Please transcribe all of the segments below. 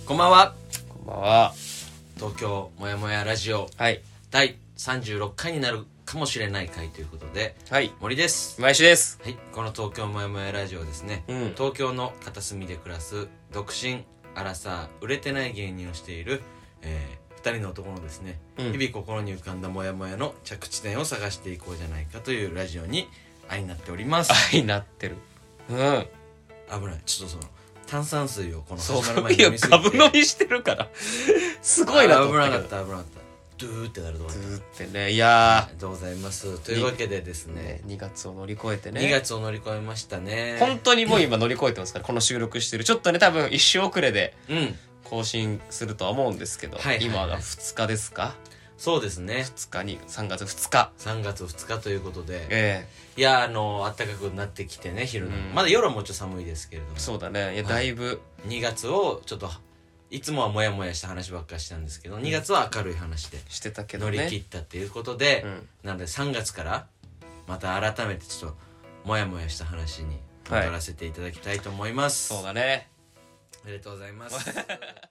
こんばんは。 こんばんは。 東京もやもやラジオはい。 第36回になるかもしれない回ということで、 はい。 森です。 毎週です。 はい、この東京もやもやラジオですね、東京の片隅で暮らす独身アラサー売れてない芸人をしている、2人の男のですね、日々心に浮かんだモヤモヤの着地点を探していこうじゃないかというラジオに愛になっております。 愛になってる。 危ない。ちょっとその炭酸水をこの始まるそう前に飲みすぎて、 ガブ飲みしてるからすごいなと思ったけど。 危なかった。ドゥーってなるところ。 ドゥーってね。いやありがとうございます。というわけでですね、 2月を乗り越えてね。 2月を乗り越えましたね。 本当にもう今乗り越えてますからこの収録してる。ちょっとね多分一周遅れでうん更新するとは思うんですけど、 はいはいはい今が2日ですか。 そうですね。 2日に3月2日。 3月2日ということで、いや暖かくなってきてね、昼の、まだ夜はもうちょっと寒いですけれども、 そうだね。いやだいぶ、 2月をちょっといつもはモヤモヤした話ばっかりしたんですけど、2月は明るい話でしてたけどね。 乗り切ったっていうことで、なので3月からまた改めてちょっとモヤモヤした話に戻らせていただきたいと思います。 そうだね。 ありがとうございます。東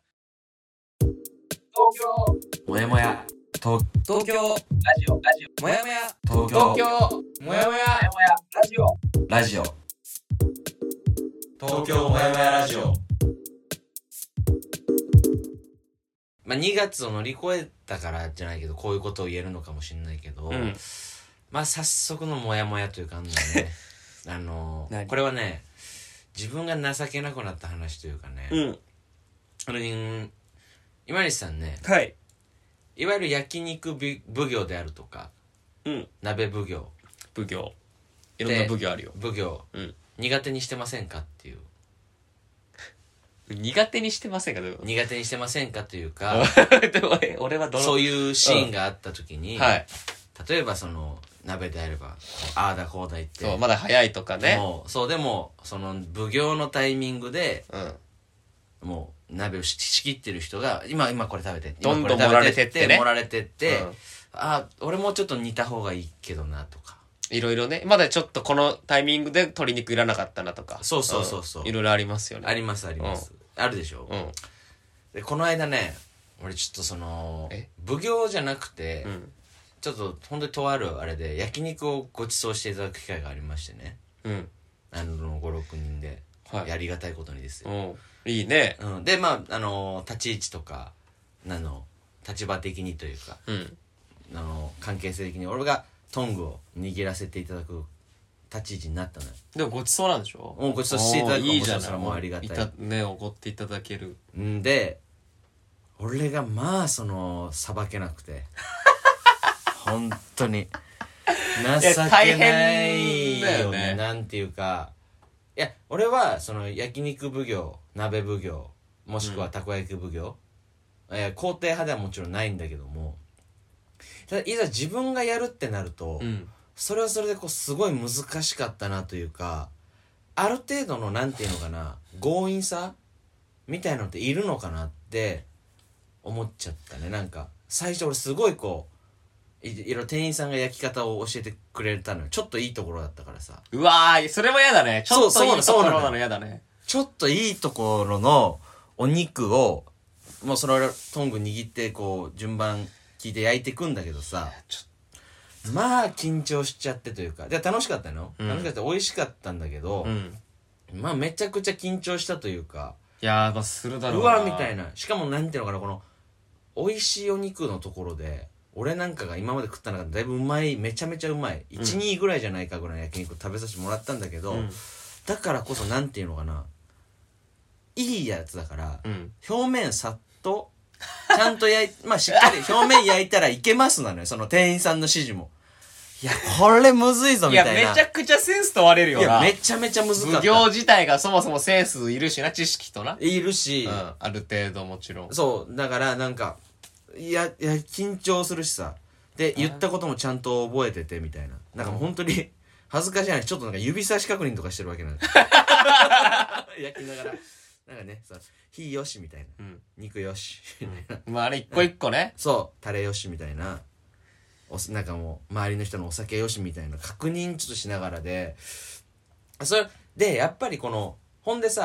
京もやもや東京ラジオもやもや東京もやもやラジオ東京もやもやラジオ。まあ2月を乗り越えたからじゃないけど、こういうことを言えるのかもしれないけど、まあ早速のモヤモヤというかねこれはね、自分が情けなくなった話というかね、今西さんね、 はい。 いわゆる焼肉奉行であるとか、鍋奉行、 奉行いろんな奉行あるよ。 奉行、苦手にしてませんかっていう。 苦手にしてませんか。 苦手にしてませんかというか俺はそういうシーンがあった時に、 はい、 例えばその鍋であればああだこうだ言って、 そうまだ早いとかね、 でもその奉行のタイミングで、もう鍋を仕切ってる人が今これ食べて、 どんどん盛られてってね、 盛られてって、俺もちょっと煮た方がいいけどなとか、 いろいろね、まだちょっとこのタイミングで鶏肉いらなかったなとか、 そういろいろありますよね。 あります、あるでしょ。でこの間ね、俺ちょっとその奉行じゃなくて、ちょっと本当にとあるあれで焼肉をご馳走していただく機会がありましてね、5,6 人で、やりがたいことにですよ。 いいね。 でまあ立ち位置とか立場的にというか、関係性的に俺がトングを握らせていただく立ち位置になったのよ。 でもごちそうなんでしょ。 もうごちそうしていただくのもいいじゃん。 それはもうありがたいね、おごっていただけるんで、俺がまあそのさばけなくて本当に情けないよね。なんていうか、いや俺はその焼肉奉行、鍋奉行、もしくはたこ焼き奉行、肯定派ではもちろんないんだけども、ただいざ自分がやるってなると、それはそれでこうすごい難しかったなというか、ある程度のなんていうのかな、強引さみたいなのっているのかなって思っちゃったね。なんか最初俺すごいこういろいろ店員さんが焼き方を教えてくれたのよ。ちょっといいところだったからさ。 うわー、それも嫌だね。ちょっといいところなの嫌だね。 ちょっといいところのお肉をもうそのトング握ってこう順番聞いて焼いていくんだけどさ、まあ緊張しちゃってというか、で楽しかったの、楽しかった、美味しかったんだけど、まあめちゃくちゃ緊張したというか、 いやー、まあするだろうな、 うわみたいな。しかもなんていうのかな、この美味しいお肉のところで俺なんかが今まで食った中でだいぶうまい、めちゃめちゃうまい 1,2 位ぐらいじゃないかぐらいの焼肉食べさせてもらったんだけど、だからこそなんていうのかな、いいやつだから、表面さっとちゃんとまあしっかり表面焼いたらいけますなのよ、その店員さんの指示も。いやこれむずいぞみたいな。 いやめちゃくちゃセンス問われるよな。 いやめちゃめちゃ難かった。 奉行自体がそもそもセンスいるしな、知識とな。 いるし、 ある程度もちろん。 そうだからなんかいや緊張するしさ、で言ったこともちゃんと覚えててみたいな、なんか本当に恥ずかしい話、ちょっとなんか指差し確認とかしてるわけなんです焼きながらなんかね、火よしみたいな、肉よしみたいな、 まああれ一個一個ね、 そうタレよしみたいな、なんかもう周りの人のお酒よしみたいな確認ちょっとしながらで、それでやっぱりこのほんでさ、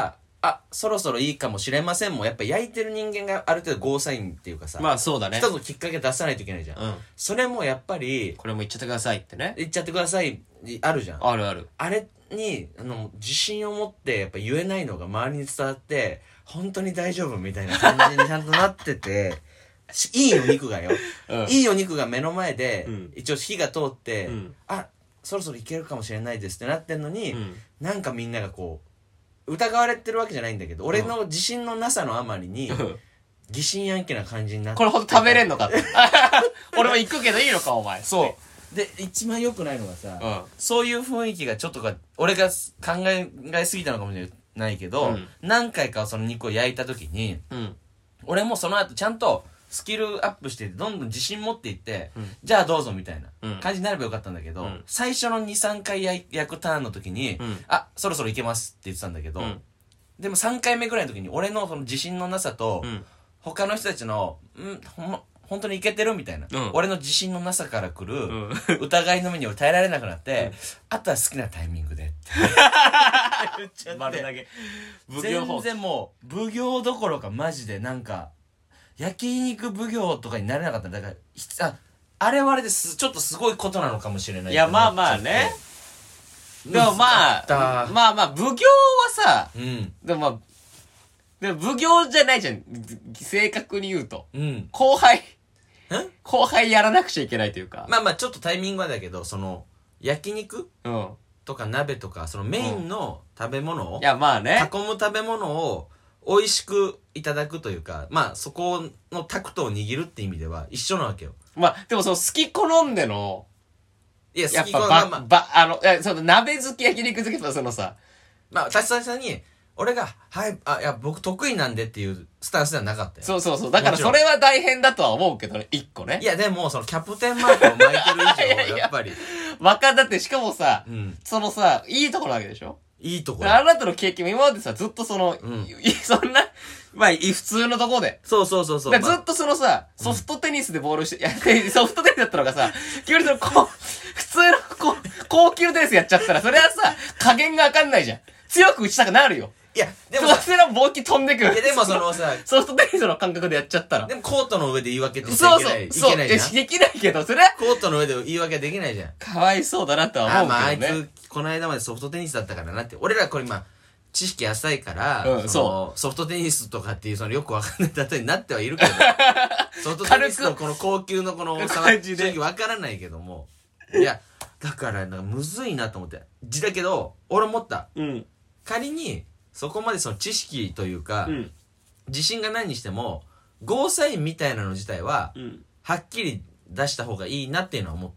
そろそろいいかもしれませんも、やっぱ焼いてる人間がある程度ゴーサインっていうかさ、 まあそうだね。 一つきっかけ出さないといけないじゃん。それもやっぱり、 これも言っちゃってくださいってね。 言っちゃってください、あるじゃん。 あるある。 あれに、自信を持ってやっぱ言えないのが周りに伝わって、本当に大丈夫みたいな感じにちゃんとなってて、いいお肉がよ、いいお肉が目の前で、一応火が通って、そろそろいけるかもしれないですってなってんのに、なんかみんながこう、疑われてるわけじゃないんだけど、俺の自信のなさのあまりに、疑心暗鬼な感じになって。 これほんと食べれんのかって。俺も行くけどいいのか、お前。 そう。で、一番良くないのがさ、そういう雰囲気がちょっと俺が考えすぎたのかもしれないけど、何回かその肉を焼いた時に、俺もその後ちゃんとスキルアップしてどんどん自信持っていって、じゃあどうぞみたいな感じになればよかったんだけど、最初の2、3回焼くターンの時に、そろそろいけますって言ってたんだけど、でも3回目ぐらいの時に俺のその自信のなさと、他の人たちの、本当にいけてるみたいな、俺の自信のなさから来る、疑いの目に俺耐えられなくなって、あとは好きなタイミングでって言っちゃって、丸投げ全然もう奉行どころかマジでなんか焼肉奉行とかになれなかった。だからあれはあれですちょっとすごいことなのかもしれない。 いやまあまあね。でもまあ奉行はさ、でも奉行じゃないじゃん、正確に言うと。後輩やらなくちゃいけないというか。 まあちょっとタイミングはだけど、その焼肉とか鍋とかそのメインの食べ物を、 いやまあね、 囲む食べ物を美味しくいただくというか、そこのタクトを握るって意味では一緒なわけよ。 でもその好き好んでの、 いや、 好き好んで、その鍋好き焼肉好きとかそのさ、 確かに、俺が、いや、僕得意なんでっていうスタンスではなかったよ。 そう。だからそれは大変だとは思うけどね、一個ね。 いや、でも、そのキャプテンマークを巻いてる以上、やっぱり。 だってしかもさ、そのさ、いいところなわけでしょ？ いいところ。 あなたの経験も今までさ、ずっとその、そんな、普通のとこで。 そう。 ずっとそのさ、ソフトテニスでボールして、ソフトテニスだったのがさ、急にその、普通の、高級テニスやっちゃったら、それはさ、加減がわかんないじゃん。強く打ちたくなるよ。 いや、でもそれはボーキ飛んでくる。 いや、でもそのさ、 ソフトテニスの感覚でやっちゃったら。 でもコートの上で言い訳ってしちゃいけない。 そう。できないけど、それは。 コートの上で言い訳できないじゃん。 かわいそうだなとは思うけどね。 あいつ、この間までソフトテニスだったからなって。俺らこれ知識浅いから、ソフトテニスとかっていうそのよくわかんない例えになってはいるけど、ソフトテニスのこの高級のこの差は正直わからないけども。いや、だからなんかむずいなと思って。だけど、俺思った。仮に、そこまでその知識というか、自信がないにしても、ゴーサインみたいなの自体は、はっきり出した方がいいなっていうのは思った。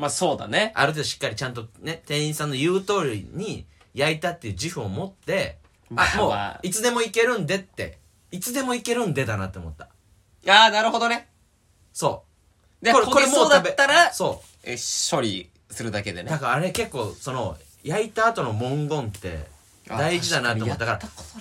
そうだね。 ある程度しっかりちゃんとね、店員さんの言う通りに焼いたっていう自負を持って、もう、いつでもいけるんでって、いつでもいけるんでだなって思った。 なるほどね。 そう。 で、これもうだったら、 そう。 処理するだけでね。 だからあれ結構、焼いた後の文言って、大事だなと思ったから、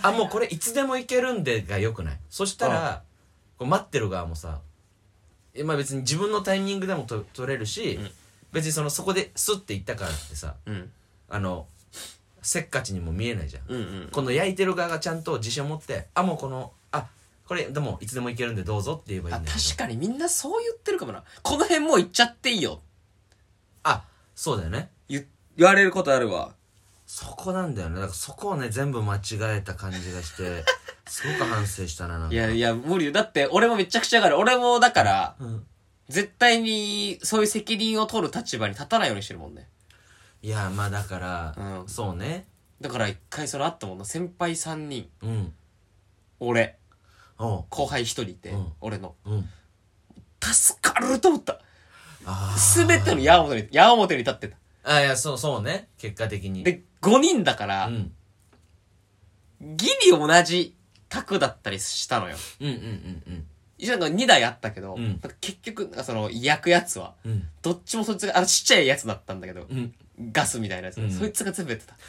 もうこれいつでもいけるんでが良くない？そしたら、待ってる側もさ、別に自分のタイミングでも取れるし、別にそこでスッていったからってさ、せっかちにも見えないじゃん。この焼いてる側がちゃんと自信を持って、もうこれでもいつでもいけるんでどうぞって言えばいいんだけど。 確かにみんなそう言ってるかもな。この辺もう行っちゃっていいよ。 そうだよね。 言われることあるわ。 そこなんだよね。だからそこをね、全部間違えた感じがして、すごく反省したな、なんか。 いや、無理よ。だって、俺もめちゃくちゃ上がる。俺も、だから、絶対に、そういう責任を取る立場に立たないようにしてるもんね。 いや、だから、そうね。 だから一回あったもんな。先輩3人。俺。 後輩1人いて、俺の。助かると思った。すべての矢面に立ってた。 いや、そうね。結果的に。 で、5人だから、ギリ同じ卓だったりしたのよ。一応2台あったけど、結局、焼くやつは、どっちもそいつが、ちっちゃいやつだったんだけど、ガスみたいなやつ、そいつが全部やってた。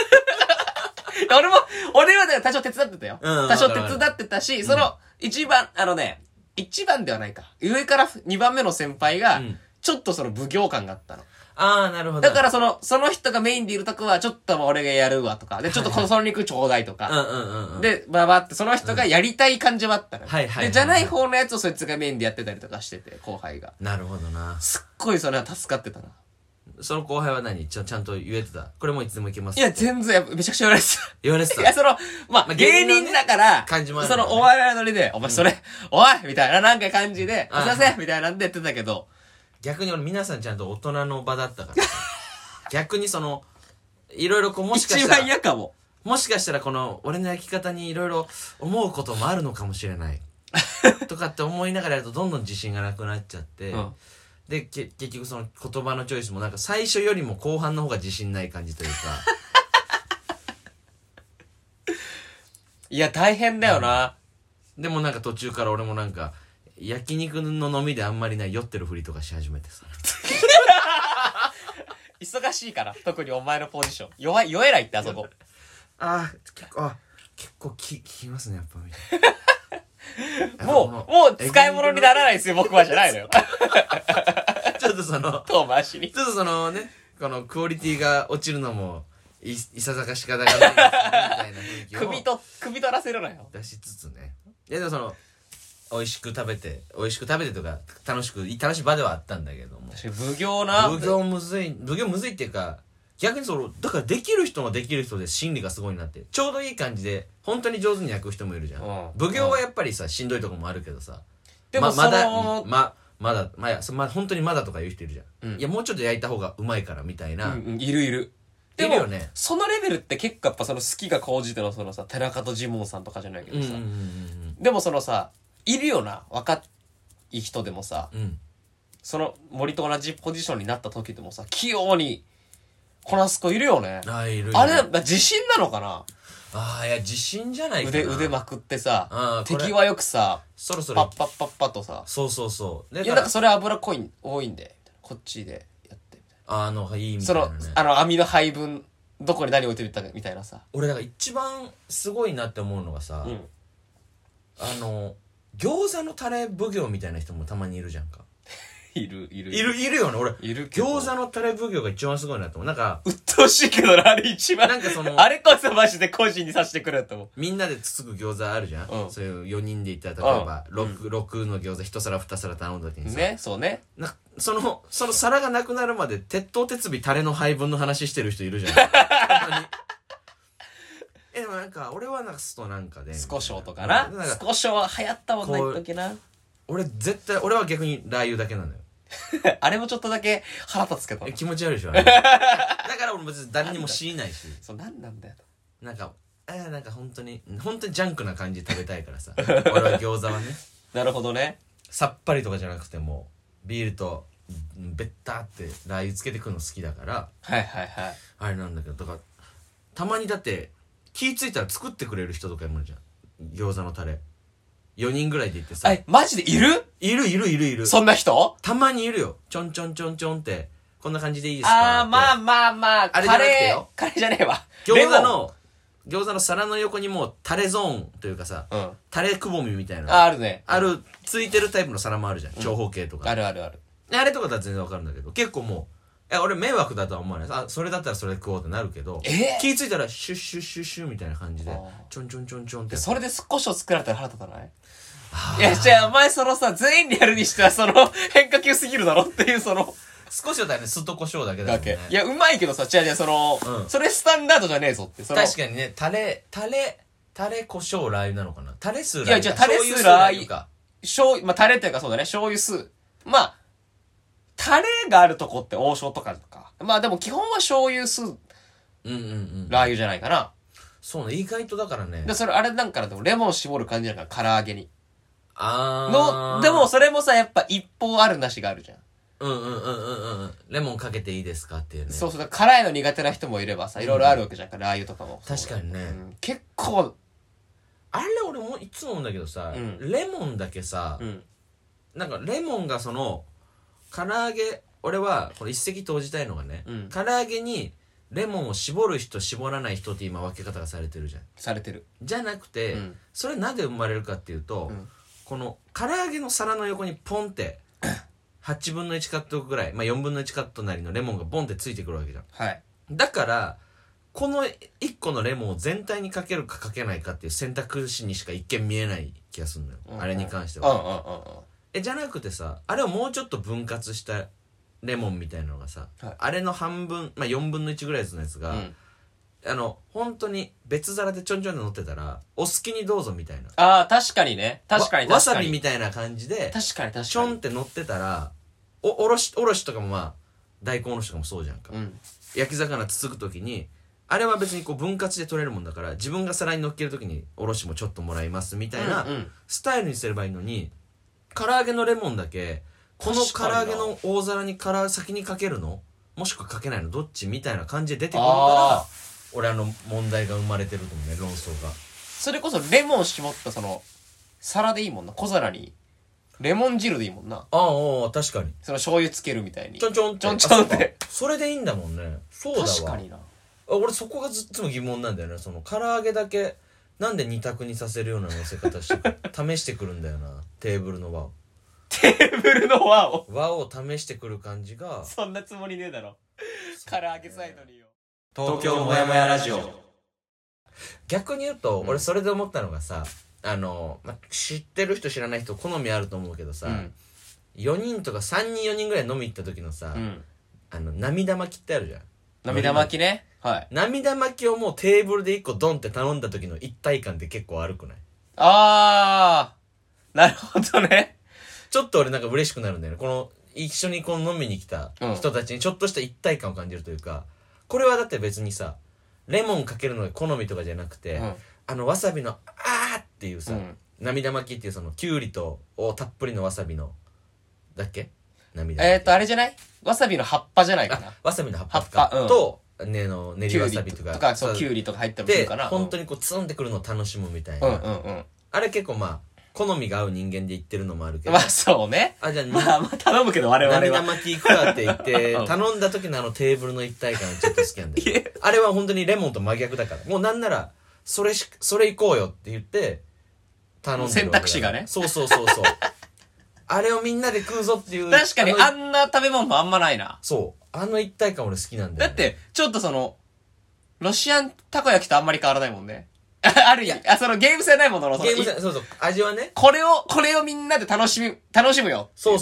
俺は多少手伝ってたよ。多少手伝ってたし、一番ではないか。上から2番目の先輩が、ちょっと奉行感があったの。 ああ、なるほど。 だからその人がメインでいるとこは、ちょっともう俺がやるわとか、で、ちょっとその肉ちょうだいとか。で、ババってその人がやりたい感じはあったの。で、じゃない方のやつをそいつがメインでやってたりとかしてて、後輩が。 なるほどな。 すっごいそれは助かってたな。 その後輩は何ちゃんと言えてた？これもいつでもいけます？ いや、全然、めちゃくちゃ言われてた。 言われてた？ いや、まあ、芸人だから、 感じもある、 そのお笑いのノリで、お前それ、おいみたいな、なんか感じで、すいませんみたいなんでやってたけど、 逆に俺皆さんちゃんと大人の場だったから逆にいろいろもしかしたら一番嫌かも。 もしかしたら俺の焼き方にいろいろ思うこともあるのかもしれないとかって思いながらやるとどんどん自信がなくなっちゃって、で結局その言葉のチョイスもなんか最初よりも後半の方が自信ない感じというかいや大変だよな、 でもなんか途中から俺もなんか焼肉の飲みであんまりない酔ってるふりとかし始めてさ忙しいから特にお前のポジション酔えないってあそこ結構聞きますねやっぱみたいなもう使い物にならないですよ僕はじゃないのよちょっと遠回しにちょっとねこのクオリティが落ちるのもいささか仕方がないですねみたいな雰囲気を首取らせるなよ出しつつね。いやでも美味しく食べてとか楽しい場ではあったんだけども、 奉行むずいっていうか逆にだからできる人で心理がすごいなってちょうどいい感じで本当に上手に焼く人もいるじゃん、奉行はやっぱりさしんどいとこもあるけどさ、でもまだ本当にまだとか言う人いるじゃん、いやもうちょっと焼いた方がうまいからみたいな、 いるでも、 ね、 そのレベルって結構やっぱ好きが高じてのさ寺門ジモンさんとかじゃないけどさ、でもさいるよな若い人でもさ、その森と同じポジションになった時でもさ器用にこなす子いるよね。 いるあれ自信なのかな。 いや自信じゃないかな。 腕まくってさ敵はよくさそろそろパッとさそういやなんかそれ油多いんでこっちでやってみたいな、 いいみたいなね、 網の配分どこに何置いてみたみたいなさ。 俺だから一番すごいなって思うのがさ、餃子のタレ奉行みたいな人もたまにいるじゃんか。いるよね。俺餃子のタレ奉行が一番すごいなと思う。なんか鬱陶しいけどなあれ一番なんかあれこそマジで個人にさせてくれと思う。 みんなでつつく餃子あるじゃん、そういう4人で行ったら例えば 6の餃子1皿2皿頼む時にさね、そうね、 その皿がなくなるまで鉄頭鉄尾タレの配分の話してる人いるじゃんでもなんか俺はなんかでスコショウとかな、スコショウは流行ったもんな一時な。俺は逆にラー油だけなのよあれもちょっとだけ腹立つけど気持ち悪いでしょだから俺別に誰にも強いないし何なんだよとなんか本当にジャンクな感じで食べたいからさ俺は餃子はねなるほどね。 さっぱりとかじゃなくてもビールとベッターってラー油つけてくるの好きだからあれなんだけどだからたまにだって気ぃついたら作ってくれる人とかいるじゃん餃子のタレ4人ぐらいで行ってさマジでいるそんな人たまにいるよ。ちょんってこんな感じでいいですかまああれじゃなくてよカレーじゃねえわ。 餃子の皿の横にもうタレゾーンというかさ、タレくぼみみたいなあるね。 ついてるタイプの皿もあるじゃん、長方形とかあるあれとかだったら全然わかるんだけど結構もう俺迷惑だとは思わない。それだったらそれ食おうってなるけど、気ぃついたらシュッシュッシュッシュみたいな感じでちょんってそれで少しを作られたら腹立たない？いや、じゃあお前全員でやるにしては変化球すぎるだろっていう少しだったらね、酢と胡椒だけだもんね。 いや、うまいけどさ、違うそれスタンダードじゃねえぞって。 確かにね、タレ、胡椒、ラー油なのかな。タレ酢、ラー油。 いや、じゃあタレ酢、ラー油。タレっていうかそうだね、醤油酢。タレがあるとこって王将とかか。でも基本は醤油酢、ラー油じゃないかな。 そうね、意外とだからね。 それあれなんかでもレモン絞る感じだから、唐揚げに。 でもそれもさ、やっぱ一方あるなしがあるじゃん。 レモンかけていいですかっていうね。 そう、辛いの苦手な人もいればさ、いろいろあるわけじゃんか、ラー油とかも。 確かにね。 結構、 あれ俺もいつも思うんだけどさ、レモンだけさ、なんかレモンが唐揚げ、俺はこれ一石投じたいのがね、唐揚げにレモンを絞る人絞らない人って今分け方がされてるじゃん。 されてる。 じゃなくて、それなんで生まれるかっていうと、この唐揚げの皿の横にポンって 8分の1カットぐらい、まあ4分の1カットなりのレモンがボンってついてくるわけじゃん。 はい。 だから、この1個のレモンを全体にかけるかかけないかっていう選択肢にしか一見見えない気がするのよ。あれに関しては。じゃなくてさ、あれをもうちょっと分割したレモンみたいなのがさ、はい、あれの半分、まあ4分の1ぐらいのやつが、本当に別皿でちょんちょんで乗ってたら、お好きにどうぞみたいな。 ああ、確かにね。確かにわさびみたいな感じで、 確かにちょんって乗ってたら、おろしとかもまあ、大根おろしとかもそうじゃんか。焼き魚つつくときに、あれは別にこう分割で取れるもんだから、自分が皿に乗っけるときにおろしもちょっともらいますみたいなスタイルにすればいいのに、唐揚げのレモンだけ、この唐揚げの大皿に先にかけるのもしくはかけないのどっちみたいな感じで出てくるから、俺問題が生まれてると思うね、論争が。 それこそレモン絞った皿でいいもんな、小皿に。レモン汁でいいもんな。 ああ、確かに。 醤油つけるみたいに。 ちょんちょんって。 ちょんちょんって。 それでいいんだもんね。そうだわ。 確かにな。 俺そこがずっと疑問なんだよね。唐揚げだけ、なんで二択にさせるような乗せ方して試してくるんだよな。テーブルの輪を。 テーブルの輪を試してくる感じが。 そんなつもりねえだろ。唐揚げサイドによ。 東京もやもやラジオ。逆に言うと、俺それで思ったのがさ、知ってる人知らない人好みあると思うけどさ、4人とか3人4人ぐらい飲み行った時のさ、涙巻きってあるじゃん。 涙巻きね。はい。 涙巻きをもうテーブルで1個ドンって頼んだ時の一体感って結構悪くない？ なるほどね。 ちょっと俺なんか嬉しくなるんだよね。一緒に飲みに来た人たちにちょっとした一体感を感じるというか、これはだって別にさ、レモンかけるのが好みとかじゃなくて、わさびのあーっていうさ、涙巻きっていうキュウリたっぷりのわさびの、だっけ？涙巻き。 あれじゃない？わさびの葉っぱじゃないかな。 わさびの葉っぱと、練りわさびとか。 そう、キュウリとか入ったりするかな。 で、本当にツンってくるのを楽しむみたいな。あれ結構まあ、好みが合う人間で言ってるのもあるけど。 まあそうね。 じゃあ、 まあ頼むけど我々は。 涙巻き行くかって言って、頼んだ時のテーブルの一体感ちょっと好きなんだよ。あれは本当にレモンと真逆だから。もうなんなら、それ行こうよって言って、頼んでる。 選択肢がね。 そう。あれをみんなで食うぞっていう。 確かにあんな食べ物もあんまないな。 そう。あの一体感俺好きなんだよ、 ね。だって、ちょっとロシアンたこ焼きとあんまり変わらないもんね。ある意味。ゲーム性ないものの。 ゲーム性、そう。味はね。 これをみんなで楽しむよ。 そう。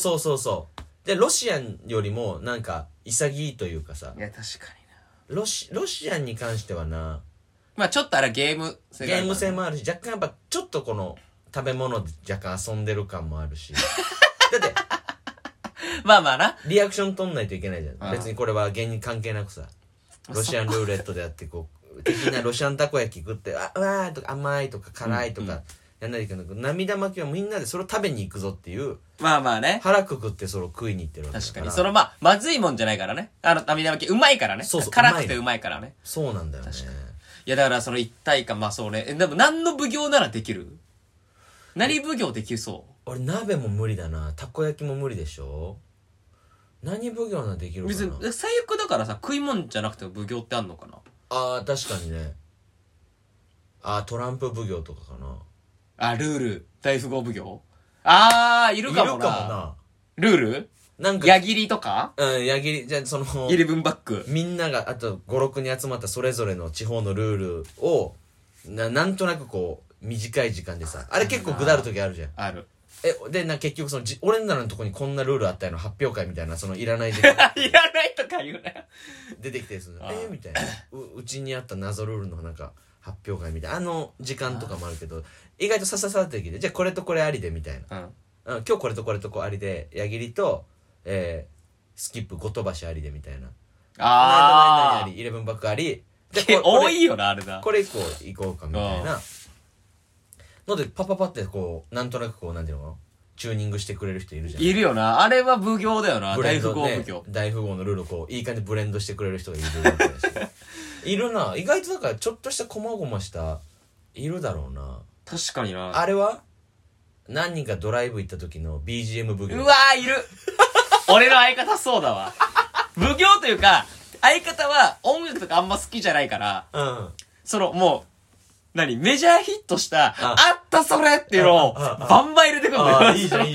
で、ロシアンよりもなんか潔いというかさ。 いや、確かにな。ロシアンに関してはな。 まあちょっとあれゲーム性がある、ね。ゲーム性もあるし、若干やっぱちょっと食べ物で若干遊んでる感もあるし。だって、 まあまあな。 リアクション取んないといけないじゃん。別にこれは芸人関係なくさ。ロシアンルーレットであって的なロシアンたこ焼き食って、わーとか甘いとか辛いとかやんないといけないけど、涙巻きはみんなでそれを食べに行くぞっていう。 まあまあね。 腹くくってそれを食いに行ってるわけだから。 確かに。まずいもんじゃないからね。涙巻きうまいからね。そう。辛くてうまいからね。 そうなんだよね。 いやだから一体感、まあそうね。でも何の奉行ならできる？何奉行できそう？ 俺鍋も無理だな。たこ焼きも無理でしょ？何奉行ならできるかな。 別に最悪だからさ、食い物じゃなくても奉行ってあんのかな。 確かにね。トランプ奉行とかかな。ルール大富豪奉行。いるかもな。ルールなんか矢切とか。 矢切じゃイレブンバックみんながあと 5,6 人集まったそれぞれの地方のルールをなんとなく短い時間でさ、あれ結構ぐだる時あるじゃん。 ある。 で結局俺らのとこにこんなルールあったよの発表会みたいないらない時間いらないとか言うなよ。 出てきてみたいなうちにあった謎ルールのなんか発表会みたいな時間とかもあるけど、意外とさってきて、じゃあこれとこれありでみたいな、今日これとこれとありで矢切とスキップ5飛ばしありでみたいな、ありイレブンバックあり多いよなあれだ、 これ以降行こうかみたいなのでパってなんとなくなんていうのチューニングしてくれる人いるじゃん。 いるよな。あれは奉行だよな。大富豪奉行。 大富豪のルールをいい感じでブレンドしてくれる人がいるわけだしいるな。意外とだからちょっとした細々したいるだろうな。 確かにな。 あれは何人かドライブ行った時の BGM 奉行。 うわーいる俺の相方そうだわ。奉行というか相方は音楽とかあんま好きじゃないから、もうメジャーヒットした、あったそれっていうのを、バンバン入れてくんだよ。 いいじゃん。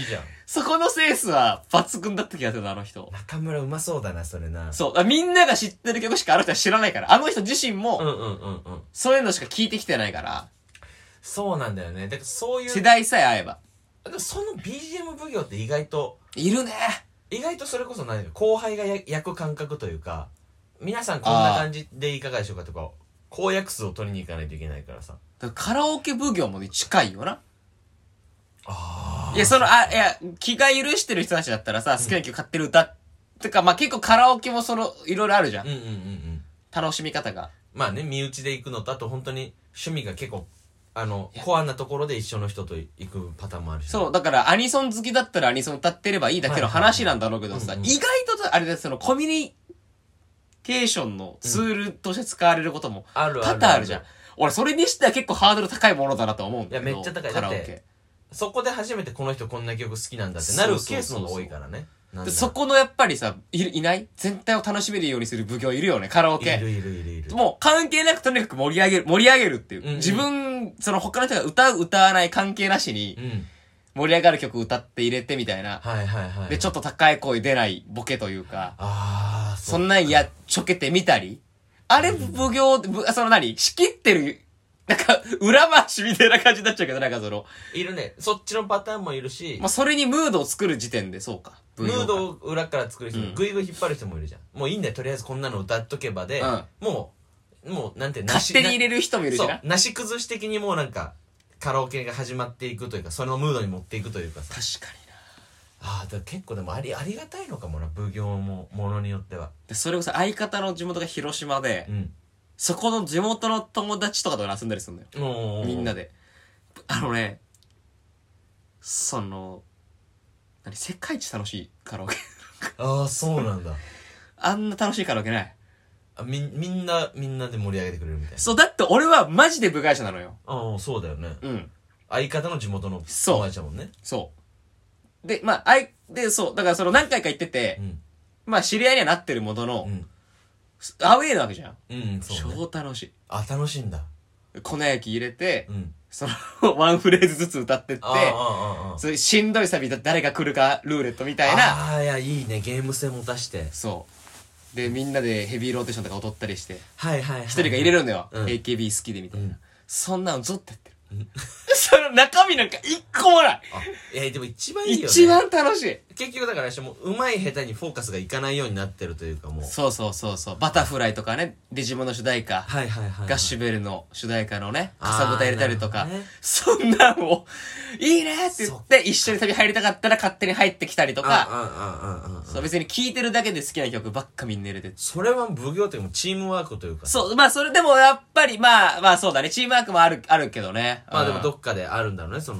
そこのセンスは抜群だった気がする、あの人。 中村うまそうだな、それな。 そう。みんなが知ってる曲しかあの人は知らないから。あの人自身も、そういうのしか聞いてきてないから。 そうなんだよね。だからそういう。 世代さえ合えば。 その BGM 奉行って意外と。 いるね。 意外とそれこそ何か後輩が焼く感覚というか、皆さんこんな感じでいかがでしょうかとか、公約数を取りに行かないといけないからさ。 だからカラオケ奉行もね、近いよな。 ああ。 いや、いや、気が許してる人たちだったらさ、好きな曲買ってる歌ってか、まあ、結構カラオケもいろいろあるじゃん。楽しみ方が。 まあね、身内で行くのと、あと本当に趣味が結構、コアなところで一緒の人と行くパターンもあるし、ね。 そう、だからアニソン好きだったらアニソン歌ってればいいだけの話なんだろうけどさ、意外とあれでコミュニケーションのツールとして使われることも多々あるじゃん。俺、それにしては結構ハードル高いものだなと思うんだけど。 いや、めっちゃ高い。カラオケ。そこで初めてこの人こんな曲好きなんだってなるケースの方が多いからね。 そこのやっぱりさ、いない全体を楽しめるようにする奉行いるよね、カラオケ。 いる。 もう関係なくとにかく盛り上げるっていう。自分、他の人が歌わない関係なしに、盛り上がる曲歌って入れてみたいな。で、ちょっと高い声出ないボケというか、そんなんちょけてみたり。あれ、奉行、仕切ってる、なんか、裏回しみたいな感じになっちゃうけど、 いるね。そっちのパターンもいるし。 まあ、それにムードを作る時点で、そうか。 ムードを裏から作る人も、ぐいぐい引っ張る人もいるじゃん。もういいんだよ、とりあえずこんなの歌っとけばで、もう、なんて、 勝手に入れる人もいるしな。 そう、なし崩し的にもうなんか、カラオケが始まっていくというか、そのムードに持っていくというかさ。 確かにな。 ああ、だから結構でもありがたいのかもな、奉行も、ものによっては。 で、それこそ相方の地元が広島で、そこの地元の友達とかと遊んだりするんだよ。みんなで。世界一楽しいカラオケ。 ああ、そうなんだ。 あんな楽しいカラオケない。 みんなで盛り上げてくれるみたいな。 そう、だって俺はマジで部外者なのよ。 ああ、そうだよね。相方の地元の友達だもんね。 そう。で、まあ、そう、だから何回か行ってて、まあ知り合いにはなってるものの、アウェイなわけじゃん。そうね。超楽しい。 あ、楽しいんだ。 粉焼き入れて、ワンフレーズずつ歌ってって、そういうしんどいサビだ誰が来るかルーレットみたいな。 ああ、いや、いいね。ゲーム性持たして。 そう。で、みんなでヘビーローテーションとか踊ったりして、 一人が入れるんだよ。AKB 好きでみたいな。そんなのずっとやってる。その中身なんか一個もない。 いや、でも一番いいよね。 一番楽しい。 結局だからもう上手い下手にフォーカスがいかないようになってるというかもう。 そう。バタフライとかね、デジモンの主題歌。ガッシュベルの主題歌のね、かさぶた入れたりとか。そんなんを、いいねって言って、一緒に旅入りたかったら勝手に入ってきたりとか。そう、別に聴いてるだけで好きな曲ばっかみんな入れて。 それは奉行っていうかもうチームワークというか。 そう、まあそれでもやっぱりまあそうだね、チームワークもあるけどね。 まあでもどっかであるんだろうね、そう。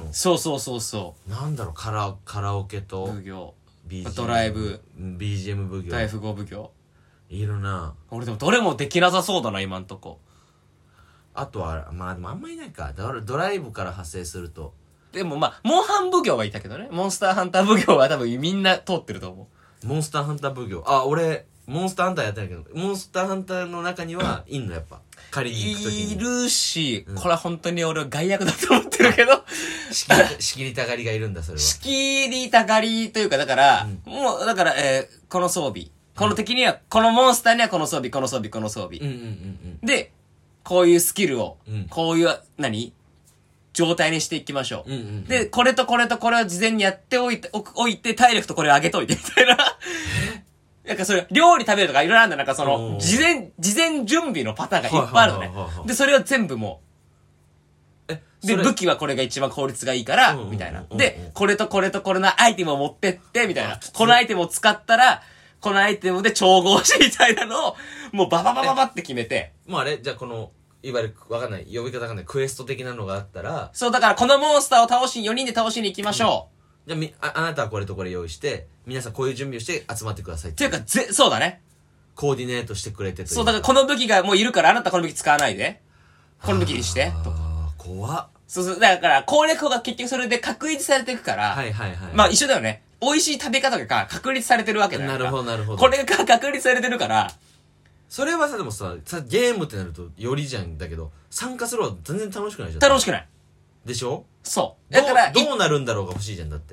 なんだろう、カラオケと奉行、 ドライブ、BGM 奉行、 大富豪奉行いるな。 俺でもどれもできなさそうだな、今んとこ。 あとはまあでもあんまいないか、ドライブから派生すると。 でもまあモンハン奉行はいたけどね。モンスターハンター奉行は多分みんな通ってると思う。モンスターハンター奉行、俺モンスターハンターやってないけど、モンスターハンターの中にはいんの、やっぱ借りに行くときにいるし、これは本当に俺は害悪だと思ってるけど仕切りたがりがいるんだ、それは。 仕切りたがりというか、だから、もう、だから、この装備。この敵には、このモンスターにはこの装備。で、こういうスキルを、こういう、状態にしていきましょう。で、これとこれとこれを事前にやっておいて、体力とこれを上げといて、みたいな。なんかそれ、料理食べるとかいろいろあるんだ。なんか事前準備のパターンがいっぱいあるのね。で、それを全部もう、で、武器はこれが一番効率がいいから、みたいな。で、これとこれとこれのアイテムを持ってって、みたいな。このアイテムを使ったら、このアイテムで調合しみたいなのを、もうバババババって決めて。 もうじゃあいわゆるわかんない、呼び方わかんない、クエスト的なのがあったら。 そう、だからこのモンスターを4人で倒しに行きましょう。 じゃあなたはこれとこれ用意して、皆さんこういう準備をして集まってくださいっていうか、そうだね。 コーディネートしてくれてという。 そう、だからこの武器がもういるから、あなたこの武器使わないで。この武器にして。とか。 怖っ。 そう、だから攻略法が結局それで確立されていくから。まあ一緒だよね。美味しい食べ方が確立されてるわけだよ。 なるほど。 これが確立されてるから。 それはさ、でもさ、ゲームってなるとよりじゃんだけど、参加するのは全然楽しくないじゃん。 楽しくない。 でしょ？ そう。 だから、どうなるんだろうが欲しいじゃん、だって。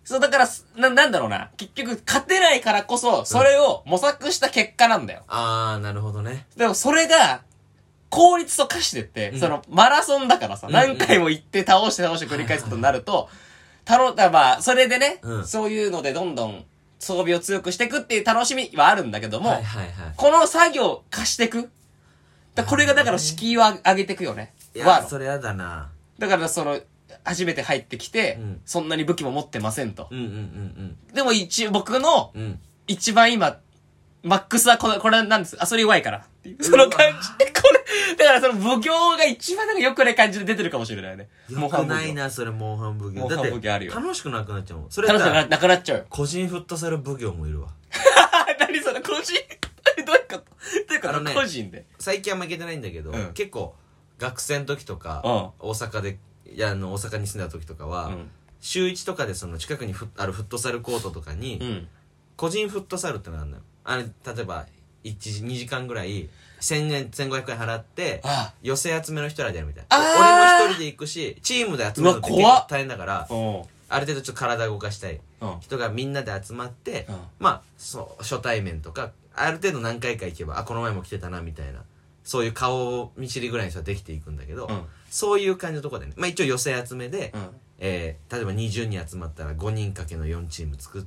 そう、だから、なんだろうな。結局、勝てないからこそ、それを模索した結果なんだよ。 なるほどね。 でも、それが、効率と化してって、その、マラソンだからさ、何回も行って倒して繰り返すことになると、まあ、それでね、そういうのでどんどん装備を強くしていくっていう楽しみはあるんだけども、この作業を化していく。これがだから敷居を上げていくよね。 いや、それやだな。 だから初めて入ってきて、そんなに武器も持ってませんと。でも僕の、一番今、マックスはこれなんです。それ弱いから。っていう。その感じ。だからその奉行が一番良くない感じで出てるかもしれないね。 良くないな、それ、モンハン奉行。 モンハン奉行あるよ。 楽しくなくなっちゃうもん。 それ楽しくなくなっちゃうよ。 個人フットサル奉行もいるわ。 何それ、個人どういうことどういうこと個人で。 最近は負けてないんだけど、結構、学生の時とか、大阪に住んだ時とかは、週1とかでその近くにあるフットサルコートとかに、個人フットサルってのがあるのよ。例えば、2時間ぐらい、1000円、1500円払って、寄せ集めの人らでやるみたいな。俺も一人で行くし、チームで集めるのって結構大変だから、ある程度ちょっと体動かしたい人がみんなで集まって、まあ、初対面とか、ある程度何回か行けば、この前も来てたな、みたいな。そういう顔見知りぐらいの人はできていくんだけど、そういう感じのところでね、まあ一応寄せ集めで、例えば20人集まったら5人かけの4チーム作って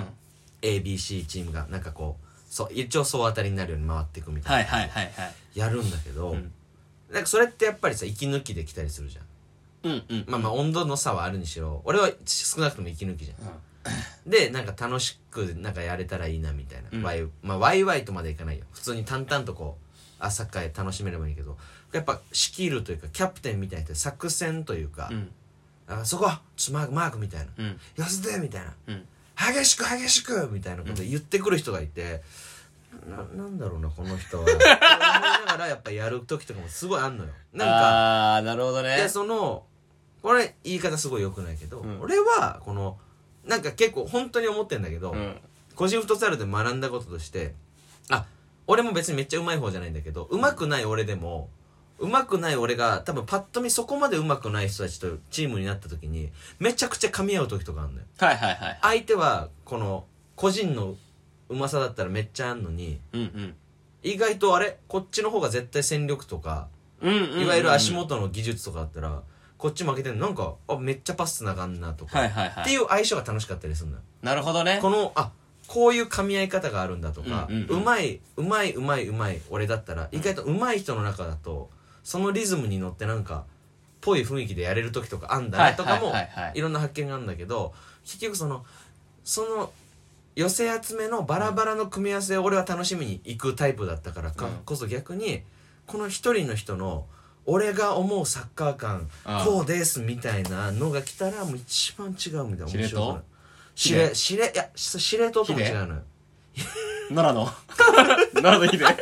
、ABC チームがなんかこう、一応総当たりになるように回っていくみたいな。やるんだけど、なんかそれってやっぱりさ、息抜きできたりするじゃん。まあ温度の差はあるにしろ、俺は少なくとも息抜きじゃん。で、なんか楽しくなんかやれたらいいなみたいな。まあワイワイとまでいかないよ。普通に淡々とこう、サッカー楽しめればいいけど、やっぱ仕切るというか、キャプテンみたいな人作戦というか、そこちょっとマークみたいな。寄せてみたいな。激しくみたいなこと言ってくる人がいて、なんだろうなこの人は思いながらやっぱやる時とかもすごいあんのよ。なんかなるほどね。 でこれ言い方すごい良くないけど、俺はなんか結構本当に思ってんだけど、個人フットサルで学んだこととして、俺も別にめっちゃ上手い方じゃないんだけど、上手くない俺でも上手くない俺が多分パッと見そこまで上手くない人たちとチームになった時にめちゃくちゃ噛み合う時とかあるのよ。相手はこの個人のうまさだったらめっちゃあんのに、意外とこっちの方が絶対戦力とか、いわゆる足元の技術とかあったらこっち負けてるのなんかめっちゃパスつながんなとか、っていう相性が楽しかったりするのよ。 なるほどね。 こういう噛み合い方があるんだとか、うまい俺だったら意外とうまい人の中だとそのリズムに乗ってなんかぽい雰囲気でやれる時とかあんだねとかもいろんな発見があるんだけど、結局その寄せ集めのバラバラの組み合わせを俺は楽しみに行くタイプだったからこそ逆にこの一人の人の俺が思うサッカー感こうですみたいなのが来たらもう一番違うみたいな。面白い。司令塔とも違うのよ。 奈良の日で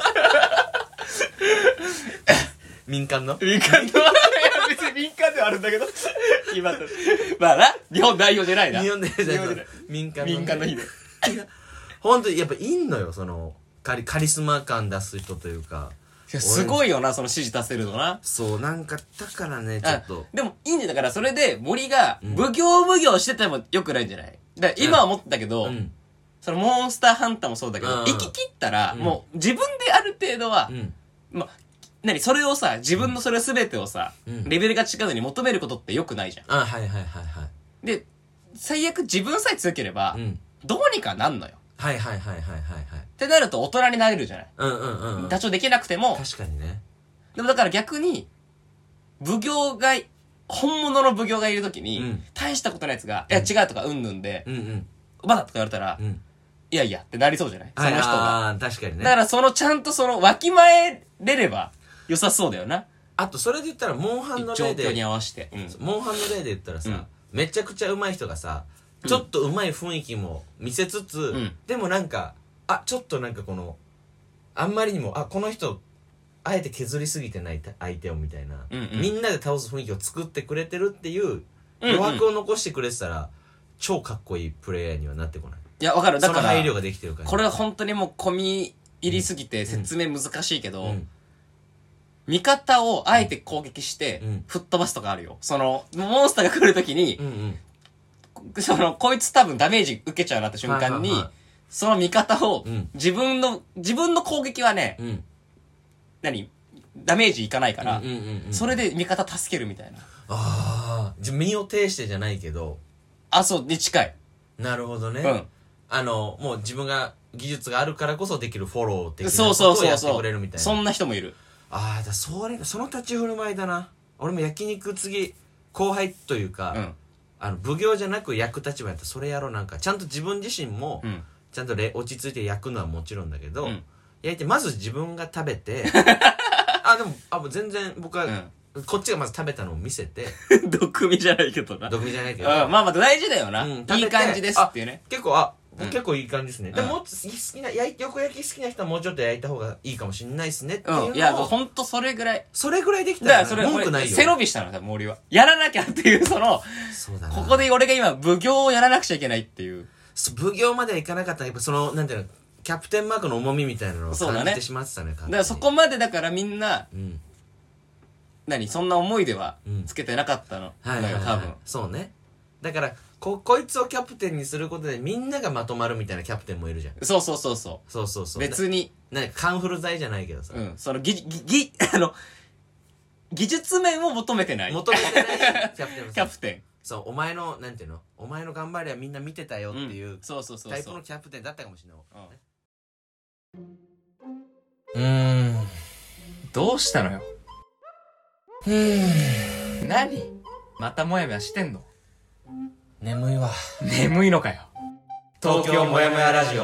民間のいや別に民間ではあるんだけど今とまあな日本代表じゃないな。 日本代表じゃない民間の日で本当にやっぱいんのよそのカリスマ感出す人というか。 すごいよなその指示出せるのな。 そうなんかだからねちょっとでもいいんだからそれで森が奉行しててもよくないんじゃない。だから今は思ったけど、そのモンスターハンターもそうだけど、生き切ったら、もう自分である程度は、まあ、それをさ、自分のそれ全てをさ、レベルが違うのに求めることってよくないじゃん。で、最悪自分さえ強ければ、どうにかなんのよ。ってなると大人になれるじゃない。多少できなくても。 確かにね。 でもだから逆に、本物の奉行がいるときに、大したことないやつが、いや違うとかうんぬんで、まだとか言われたら、いやいやってなりそうじゃないその人が。 確かにね。 だからちゃんとわきまえれれば良さそうだよな。 あとそれで言ったら、モンハンの例で。 状況に合わせて。 モンハンの例で言ったらさ、めちゃくちゃ上手い人がさ、ちょっと上手い雰囲気も見せつつ、でもなんか、ちょっとなんかあんまりにも、この人、あえて削りすぎてない相手をみたいな、みんなで倒す雰囲気を作ってくれてるっていう余白を残してくれてたら、超かっこいいプレイヤーにはなってこない。 いやわかる。だからその配慮ができてるから、 これは本当にもう込み入りすぎて説明難しいけど、味方をあえて攻撃して吹っ飛ばすとかあるよ。モンスターが来るときに、 こいつ多分ダメージ受けちゃうなって瞬間に、その味方を、自分の攻撃はね、ダメージいかないから、それで味方助けるみたいな。 ああ、身を挺してじゃないけど。 そう、に近い。 なるほどね。もう自分が技術があるからこそできるフォロー的なことをやってくれるみたいな。 そんな人もいる。 その立ち振る舞いだな。俺も焼肉次、後輩というか、奉行じゃなく焼く立場やったらそれやろう。なんか、ちゃんと自分自身も、ちゃんと落ち着いて焼くのはもちろんだけど、焼いて、まず自分が食べて、でも、全然僕は、こっちがまず食べたのを見せて。 毒味じゃないけどな。 毒味じゃないけど。 まあ大事だよな。いい感じですっていうね。 結構いい感じですね。でも、横焼き好きな人はもうちょっと焼いた方がいいかもしんないっすねっていうのを。 いや、ほんとそれぐらい。 それぐらいできたら文句ないよ。 背伸びしたの、森は。やらなきゃっていう、そうだな。ここで俺が今、奉行をやらなくちゃいけないっていう。 奉行まではいかなかったら、やっぱなんていうの、キャプテンマークの重みみたいなのを感じてしまってたね。 だからそこまでだからみんな、そんな思いではつけてなかったの。多分。 そうね。だから、こいつをキャプテンにすることでみんながまとまるみたいなキャプテンもいるじゃん。 そう。別に。 カンフル剤じゃないけどさ。 技術面を求めてない。 求めてないキャプテン。 キャプテン。 そう、お前の頑張りはみんな見てたよっていうタイプのキャプテンだったかもしれない。 どうしたのよ。何またもやもやしてんの？ 眠いわ。 眠いのかよ。 東京もやもやラジオ。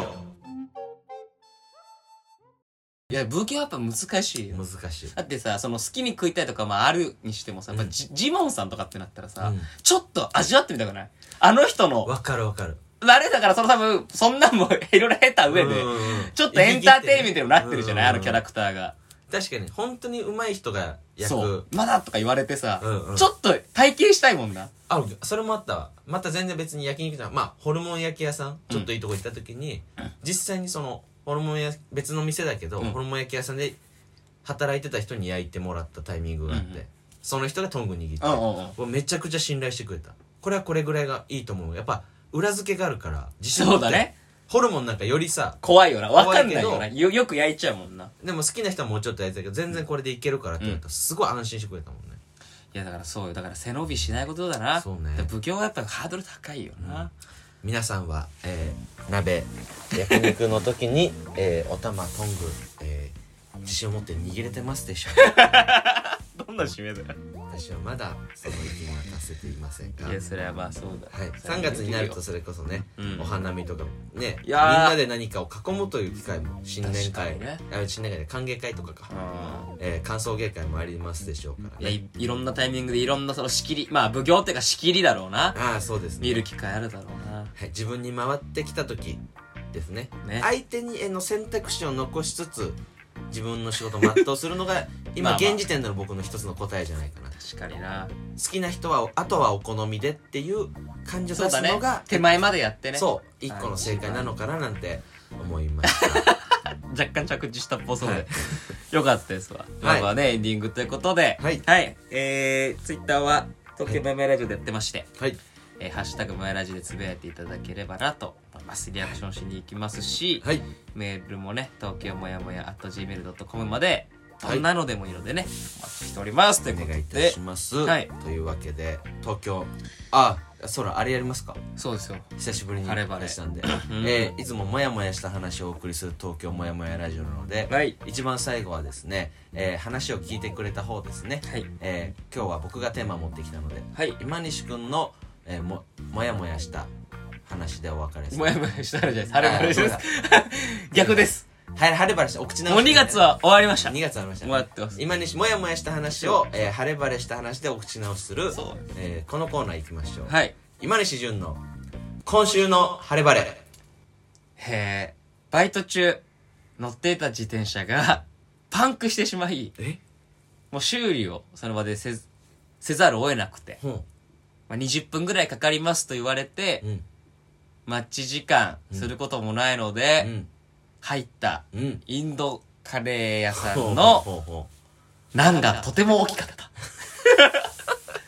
いや、奉行はやっぱ難しいよ。 難しい。 だってさ、好きに食いたいとかあるにしてもさ、ジモンさんとかってなったらさ、ちょっと味わってみたくない？あの人の。 わかる。 あれだから多分、そんなんもいろいろ経た上で、ちょっとエンターテインメントにもなってるじゃない？あのキャラクターが。 確かに、本当に上手い人が焼く。 そう。まだとか言われてさ、ちょっと体験したいもんな。 それもあったわ。また全然別に焼肉じゃん。ホルモン焼き屋さん、ちょっといいとこ行った時に、実際にホルモン別の店だけど、ホルモン焼き屋さんで働いてた人に焼いてもらったタイミングがあって、その人がトング握って、めちゃくちゃ信頼してくれた。これはこれぐらいがいいと思う。やっぱ、裏付けがあるから、 そうだね。 ホルモンなんかよりさ、 怖いよな。わかんないよな。よく焼いちゃうもんな。 でも好きな人はもうちょっと焼いてたけど、全然これでいけるからって言われたら、すごい安心してくれたもんね。 いや、だからそうよ。だから背伸びしないことだな。 そうね。 奉行はやっぱハードル高いよな。 皆さんは、鍋、焼肉の時に、お玉、トング、自信を持って握れてますでしょうか？ どんな締めだよ。 私はまだその域には達せていませんが。 いや、それはまあそうだ。 はい。3月になるとそれこそね、お花見とかね、みんなで何かを囲むという機会も、新年会、新年会で歓迎会とかか、歓送迎会もありますでしょうからね。 いろんなタイミングでいろんな仕切り、奉行っていうか仕切りだろうな。 そうですね。 見る機会あるだろうな。 はい。自分に回ってきた時ですね。相手にの選択肢を残しつつ、自分の仕事を全うするのが今現時点での僕の一つの答えじゃないかな。 確かにな。 好きな人はあとはお好みでっていう感情を出すのが、 手前までやってね。 そう一個の正解なのかななんて思いました若干着地したっぽそうで、よかったですわ。まあねエンディングということで、はい、ツイッターは東京もやもやラジオでやってまして、ハッシュタグもやラジでつぶやいていただければなと思います。リアクションしに行きますし、メールもね、東京もやもや @gmail.com まで、どんなのでもいいのでね、お待ちしております。ということで。 お願いいたします。というわけで、東京、あれやりますか？ そうですよ。 久しぶりにしたんで、いつももやもやした話をお送りする東京もやもやラジオなので、一番最後はですね、話を聞いてくれた方ですね。今日は僕がテーマを持ってきたので、今西くんのもやもやした話でお別れする。 もやもやした話です。晴れ晴れです。逆です。 晴れ晴れした。お口直し。 もう2月は終わりました。 2月終わりました。 終わってます。 今西もやもやした話を、晴れ晴れした話でお口直しする、このコーナー行きましょう。今西潤の今週の晴れ晴れ。 バイト中乗っていた自転車がパンクしてしまい、もう修理をその場でせざるを得なくて、20分ぐらいかかりますと言われて、待ち時間することもないので、入ったインドカレー屋さんのナンがとても大きかった。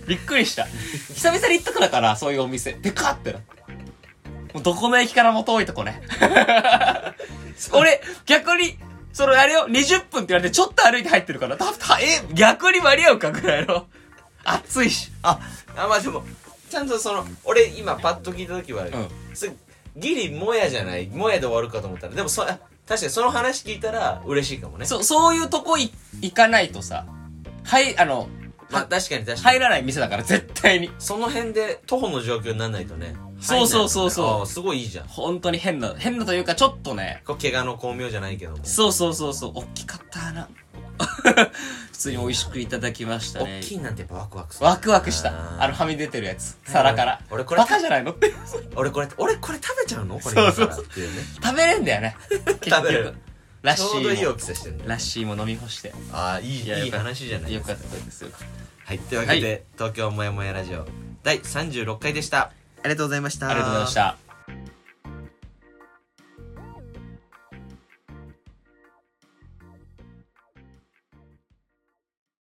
びっくりした。久々に行ったからかな、そういうお店。でかってなって。もうどこの駅からも遠いとこね。俺、逆に、あれよ、20分って言われてちょっと歩いて入ってるから、逆に間に合うかぐらいの。暑いし。 まあでも、ちゃんと俺今パッと聞いた時は、ギリもやじゃない、もやで終わるかと思ったら、でも確かにその話聞いたら嬉しいかもね。 そういうとこ行かないとさ、 まあ確かに入らない店だから絶対に。 その辺で徒歩の状況にならないとね。 そう。 すごいいいじゃん。 本当に変なというかちょっとね。 怪我の巧妙じゃないけども。 そう。大きかったな。普通に美味しくいただきましたね。 大きいなんてやっぱワクワクする。 ワクワクした。はみ出てるやつ。皿から。 俺これ。 バカじゃないのって。 俺これ食べちゃうのこれ。そう。っていうね。 食べれんだよね。 食べれる。 ラッシーも。 ちょうどいい大きさしてるね。 ラッシーも飲み干して。 いい話じゃないよかったですよ。 はい。というわけで、東京もやもやラジオ第36回でした。ありがとうございました。 ありがとうございました。